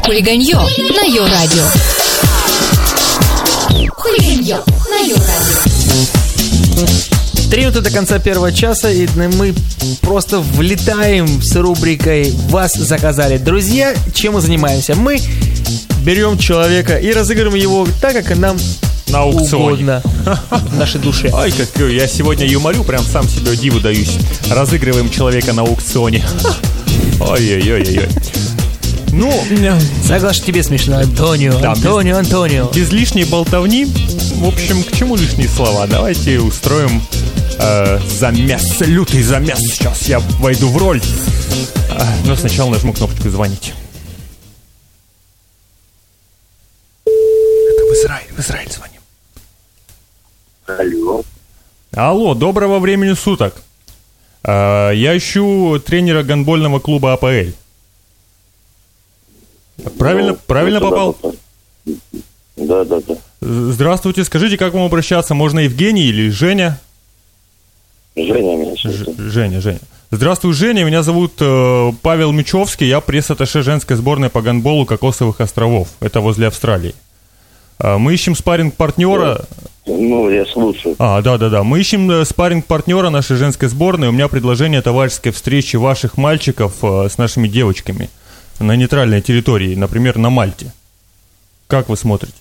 Хулиганье на Йо-радио. Хулиганье на Йо-радио. 3 минуты до конца первого часа, и мы просто влетаем с рубрикой «Вас заказали». Друзья, чем мы занимаемся? Мы берем человека и разыгрываем его так, как нам на аукционе. Угодно в нашей душе. Ай, как я сегодня юморю, прям сам себе диву даюсь. Разыгрываем человека на аукционе. Ой-ой-ой-ой. Ну, согласен, тебе смешно, Антонио, да, Антонио. Без лишней болтовни. В общем, к чему лишние слова? Давайте устроим замес, лютый замес. Сейчас я войду в роль. Но сначала нажму кнопочку «Звонить». Это в Израиль звоним. Алло. Алло, доброго времени суток. Я ищу тренера гандбольного клуба АПЛ. Правильно попал? Да. Здравствуйте, скажите, как вам обращаться? Можно Евгений или Женя? Женя меня сейчас. Женя. Здравствуй, Женя, меня зовут Павел Мичевский, я пресс-атташе женской сборной по гандболу Кокосовых островов. Это возле Австралии. Мы ищем спарринг-партнера. Ну, я слушаю. Да. Мы ищем спарринг-партнера нашей женской сборной. У меня предложение товарищеской встречи ваших мальчиков с нашими девочками на нейтральной территории, например, на Мальте. Как вы смотрите?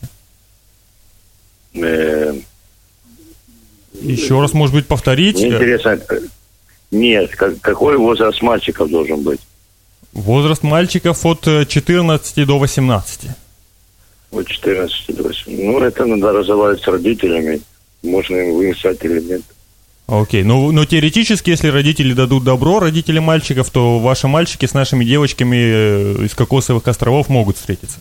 Еще раз, может быть, повторить? Мне интересно, нет, какой возраст мальчиков должен быть? Возраст мальчиков от 14 до 18. От 14 до 18. Ну, это надо разговаривать с родителями. Можно им выписать или нет. Окей, но теоретически, если родители дадут добро, родители мальчиков, то ваши мальчики с нашими девочками из Кокосовых островов могут встретиться.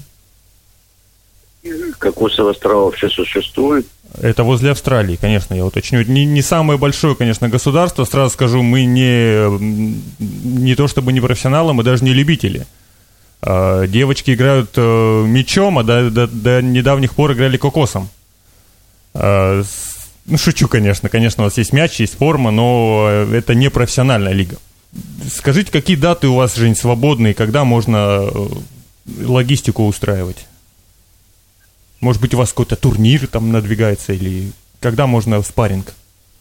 Кокосовые острова вообще существуют? Это возле Австралии, конечно, я уточню. Не самое большое, конечно, государство. Сразу скажу, мы не то чтобы не профессионалы, мы даже не любители. Девочки играют мячом, а до недавних пор играли кокосом. Ну, шучу, конечно. Конечно, у вас есть мяч, есть форма, но это не профессиональная лига. Скажите, какие даты у вас, Жень, свободные, когда можно логистику устраивать? Может быть, у вас какой-то турнир там надвигается, или когда можно спарринг?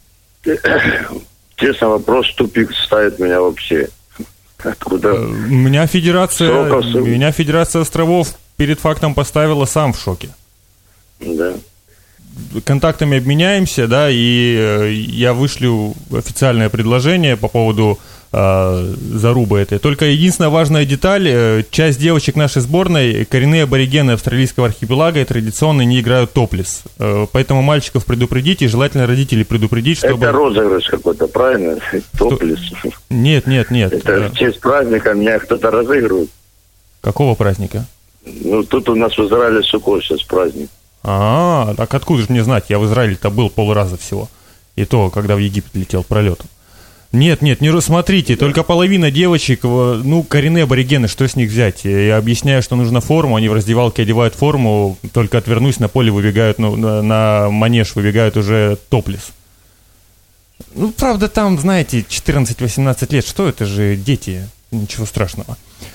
Честно, вопрос в тупик ставит меня вообще. Откуда? Меня Федерация островов перед фактом поставила, сам в шоке. Да. Контактами обменяемся, да, и я вышлю официальное предложение по поводу зарубы этой. Только единственная важная деталь: часть девочек нашей сборной коренные аборигены австралийского архипелага и традиционно не играют топлес. Поэтому мальчиков предупредите, и желательно родителей предупредить, чтобы... Это розыгрыш какой-то, правильно? Топлес. Нет. Это в честь праздника меня кто-то разыгрывает. Какого праздника? Ну, тут у нас в Израиле Суккот сейчас праздник. Так откуда же мне знать? Я в Израиле-то был полраза всего. И то, когда в Египет летел пролетом. Нет, не смотрите, только половина девочек, коренные аборигены, что с них взять? Я объясняю, что нужна форма, они в раздевалке одевают форму, только отвернусь, на поле выбегают, на манеж выбегают уже топлес. Ну, правда, там, знаете, 14-18 лет, что это же дети, ничего страшного.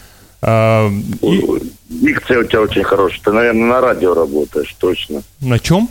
Дикция у тебя очень хорошая, ты, наверное, на радио работаешь, точно. На чем?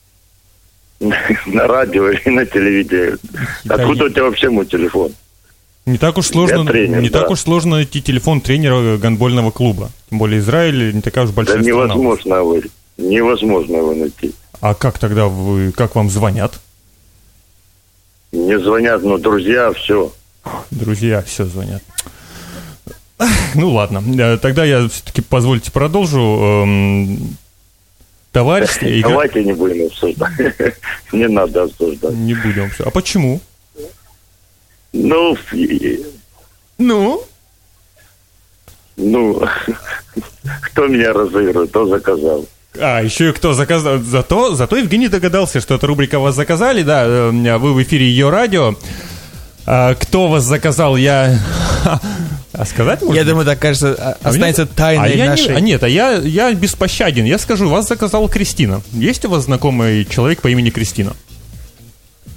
На радио и на телевидении. Откуда у тебя вообще мой телефон? Не так уж сложно, так уж сложно найти телефон тренера гандбольного клуба. Тем более Израиль не такая уж большая страна. Невозможно его найти. А как тогда как вам звонят? Мне звонят, друзья, все. Друзья, все звонят. Ну ладно, тогда я все-таки, позвольте, продолжу. Товарищ... Давайте не будем обсуждать. Не надо обсуждать. Не будем. А почему? Ну, кто меня разыгрывает, то заказал. Еще и кто заказал. Зато Евгений догадался, что эта рубрика вас заказали, да, вы в эфире Йо-радио. Кто вас заказал, я... А сказать можно? Я думаю, так, кажется, останется тайной нашей. Я беспощаден. Я скажу, вас заказала Кристина. Есть у вас знакомый человек по имени Кристина?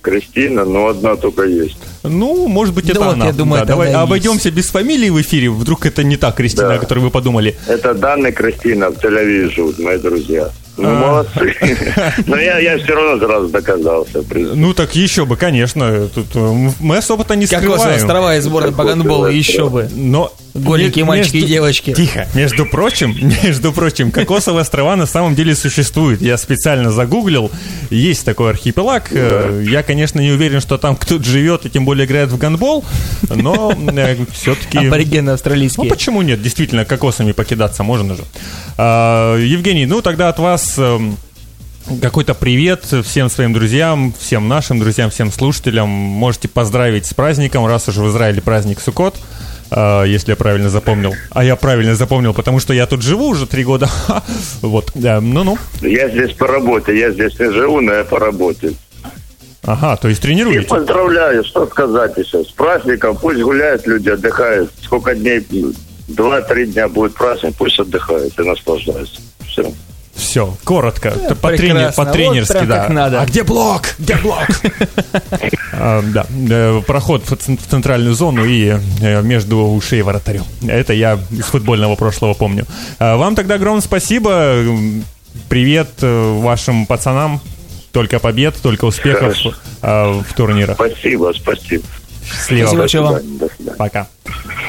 Кристина, но одна только есть. Ну, может быть, это Да вот, она. я думаю, это давай она и обойдемся без фамилии в эфире. Вдруг это не та Кристина, Да. о которой вы подумали. Это Дана и Кристина в Тель-Авиве живут, мои друзья. Ну, молодцы. Но я все равно сразу доказался. Ну, так еще бы, конечно. Тут мы особо-то не Кокосовые скрываем. острова и сборная по гандболу, еще бы. Но Голенькие мальчики и девочки. Тихо. Между прочим, Кокосовые острова на самом деле существуют. Я специально загуглил. Есть такой архипелаг. Я, конечно, не уверен, что там кто-то живет и тем более играет в гандбол, но все-таки... Аборигены Ну, австралийские. почему нет? Действительно, кокосами покидаться можно же. Евгений, ну тогда от вас какой-то привет всем своим друзьям, всем нашим друзьям, всем слушателям. Можете поздравить с праздником, раз уже в Израиле праздник Суккот, если я правильно запомнил. А я правильно запомнил, потому что я тут живу уже 3 года. Вот, да, ну-ну. Я здесь по работе, я здесь не живу, но я по работе. Ага, то есть И тренируете? поздравляю, что сказать еще. С праздником, пусть гуляют люди, отдыхают. Сколько дней, 2-3 дня будет праздник, пусть отдыхают и наслаждаются. Все. Все, коротко, прекрасно. по-тренерски, Вот прям да. как надо. А где блок? Где блок? Да, проход в центральную зону и между ушей вратарю. Это я из футбольного прошлого помню. Вам тогда огромное спасибо. Привет вашим пацанам. Только побед, только успехов в турнирах. Спасибо. Счастливо. Спасибо большое вам. До свидания. Пока.